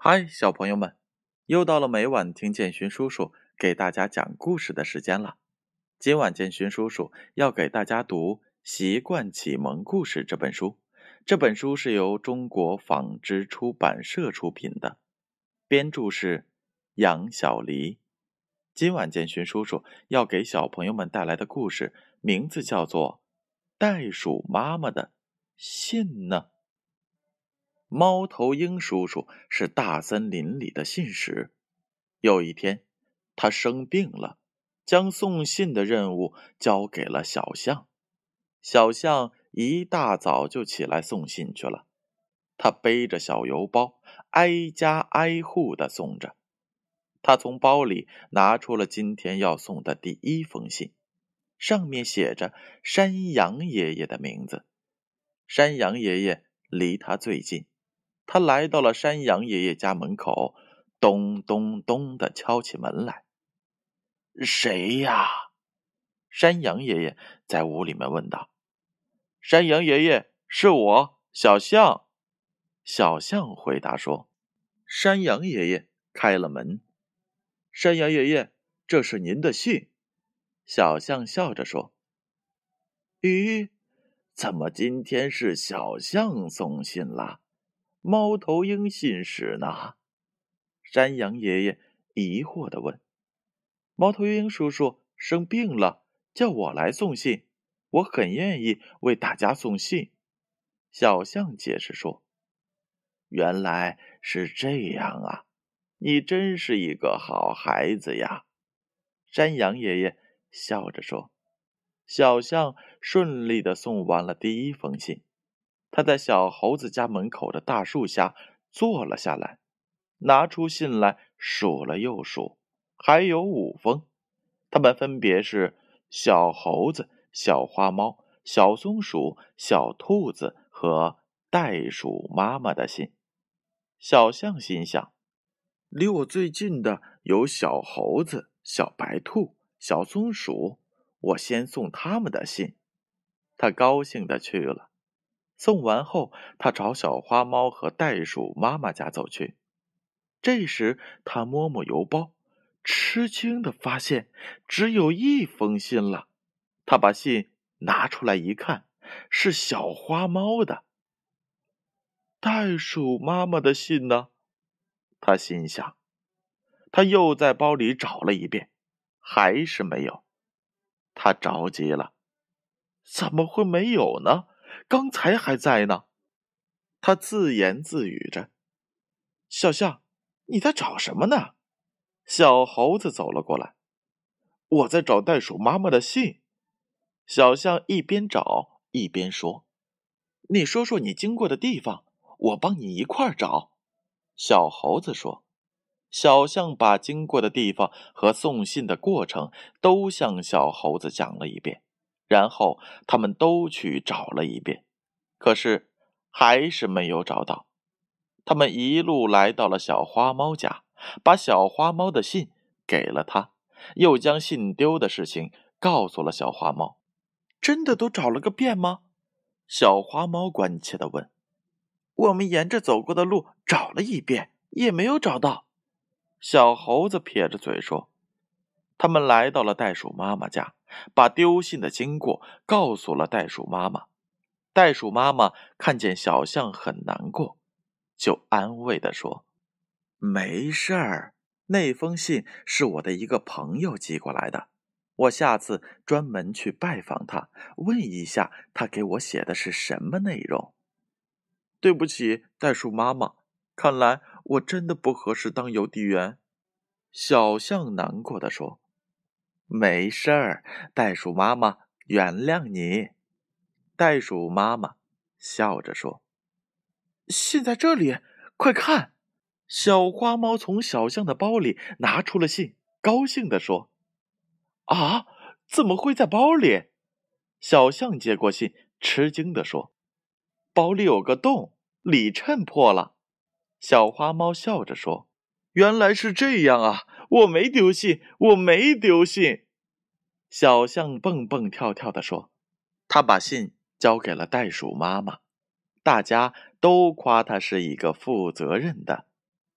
嗨，小朋友们，又到了每晚听建勋叔叔给大家讲故事的时间了。今晚建勋叔叔要给大家读《习惯启蒙故事》这本书。这本书是由中国纺织出版社出品的，编著是杨小黎。今晚建勋叔叔要给小朋友们带来的故事名字叫做《袋鼠妈妈的信》呢。猫头鹰叔叔是大森林里的信使。有一天，他生病了，将送信的任务交给了小象。小象一大早就起来送信去了。他背着小邮包，挨家挨户地送着。他从包里拿出了今天要送的第一封信，上面写着山羊爷爷的名字。山羊爷爷离他最近。他来到了山羊爷爷家门口，咚咚咚地敲起门来。谁呀？山羊爷爷在屋里面问道。山羊爷爷，是我，小象。小象回答说。山羊爷爷开了门。山羊爷爷，这是您的信。小象笑着说。咦，怎么今天是小象送信了？猫头鹰信使呢？山羊爷爷疑惑地问。猫头鹰叔叔生病了，叫我来送信，我很愿意为大家送信。小象解释说。原来是这样啊，你真是一个好孩子呀。山羊爷爷笑着说。小象顺利地送完了第一封信。他在小猴子家门口的大树下坐了下来，拿出信来数了又数，还有5封。它们分别是小猴子、小花猫、小松鼠、小兔子和袋鼠妈妈的信。小象心想，离我最近的有小猴子、小白兔、小松鼠，我先送他们的信。他高兴地去了。送完后，他朝小花猫和袋鼠妈妈家走去。这时，他摸摸邮包，吃惊地发现只有1封信了。他把信拿出来一看，是小花猫的。袋鼠妈妈的信呢？他心想。他又在包里找了一遍，还是没有。他着急了，怎么会没有呢？刚才还在呢。他自言自语着。小象，你在找什么呢？小猴子走了过来。我在找袋鼠妈妈的信。小象一边找一边说。你说说你经过的地方，我帮你一块儿找。小猴子说。小象把经过的地方和送信的过程都向小猴子讲了一遍，然后他们都去找了一遍，可是还是没有找到。他们一路来到了小花猫家，把小花猫的信给了他，又将信丢的事情告诉了小花猫。真的都找了个遍吗？小花猫关切地问。我们沿着走过的路找了一遍，也没有找到。小猴子撇着嘴说。他们来到了袋鼠妈妈家，把丢信的经过告诉了袋鼠妈妈。袋鼠妈妈看见小象很难过，就安慰地说。没事儿，那封信是我的一个朋友寄过来的，我下次专门去拜访他，问一下他给我写的是什么内容。对不起，袋鼠妈妈，看来我真的不合适当邮递员。小象难过地说。没事儿，袋鼠妈妈原谅你。袋鼠妈妈笑着说。信在这里，快看！小花猫从小象的包里拿出了信，高兴地说。啊，怎么会在包里？小象接过信，吃惊地说。包里有个洞，里衬破了。小花猫笑着说。原来是这样啊，我没丢信，我没丢信。小象蹦蹦跳跳地说。他把信交给了袋鼠妈妈，大家都夸他是一个负责任的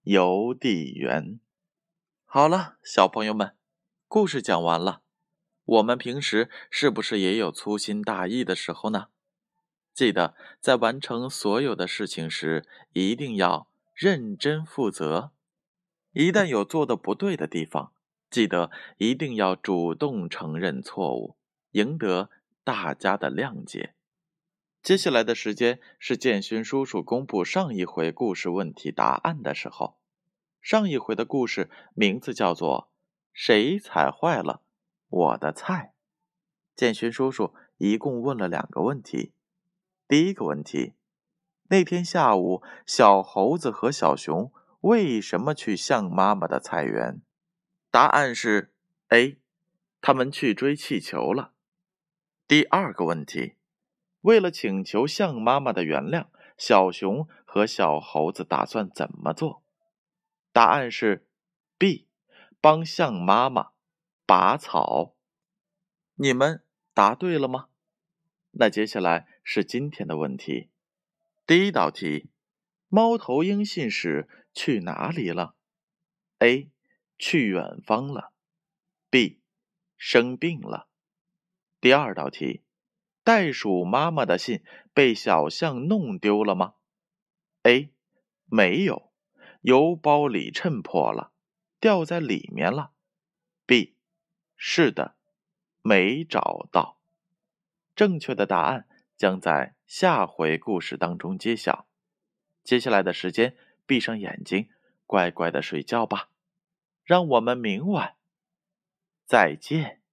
邮递员。好了，小朋友们，故事讲完了。我们平时是不是也有粗心大意的时候呢？记得在完成所有的事情时，一定要认真负责。一旦有做的不对的地方，记得一定要主动承认错误，赢得大家的谅解。接下来的时间是建勋叔叔公布上一回故事问题答案的时候。上一回的故事名字叫做谁踩坏了我的菜？建勋叔叔一共问了2个问题。第一个问题，那天下午小猴子和小熊为什么去象妈妈的菜园？答案是 A， 他们去追气球了。第二个问题，为了请求象妈妈的原谅，小熊和小猴子打算怎么做？答案是 B， 帮象妈妈拔草。你们答对了吗？那接下来是今天的问题。第一道题，猫头鹰信使去哪里了？ A， 去远方了。 B， 生病了。第二道题，袋鼠妈妈的信被小象弄丢了吗？ A， 没有，邮包里衬破了，掉在里面了。 B， 是的，没找到。正确的答案将在下回故事当中揭晓。接下来的时间，闭上眼睛，乖乖的睡觉吧。让我们明晚再见。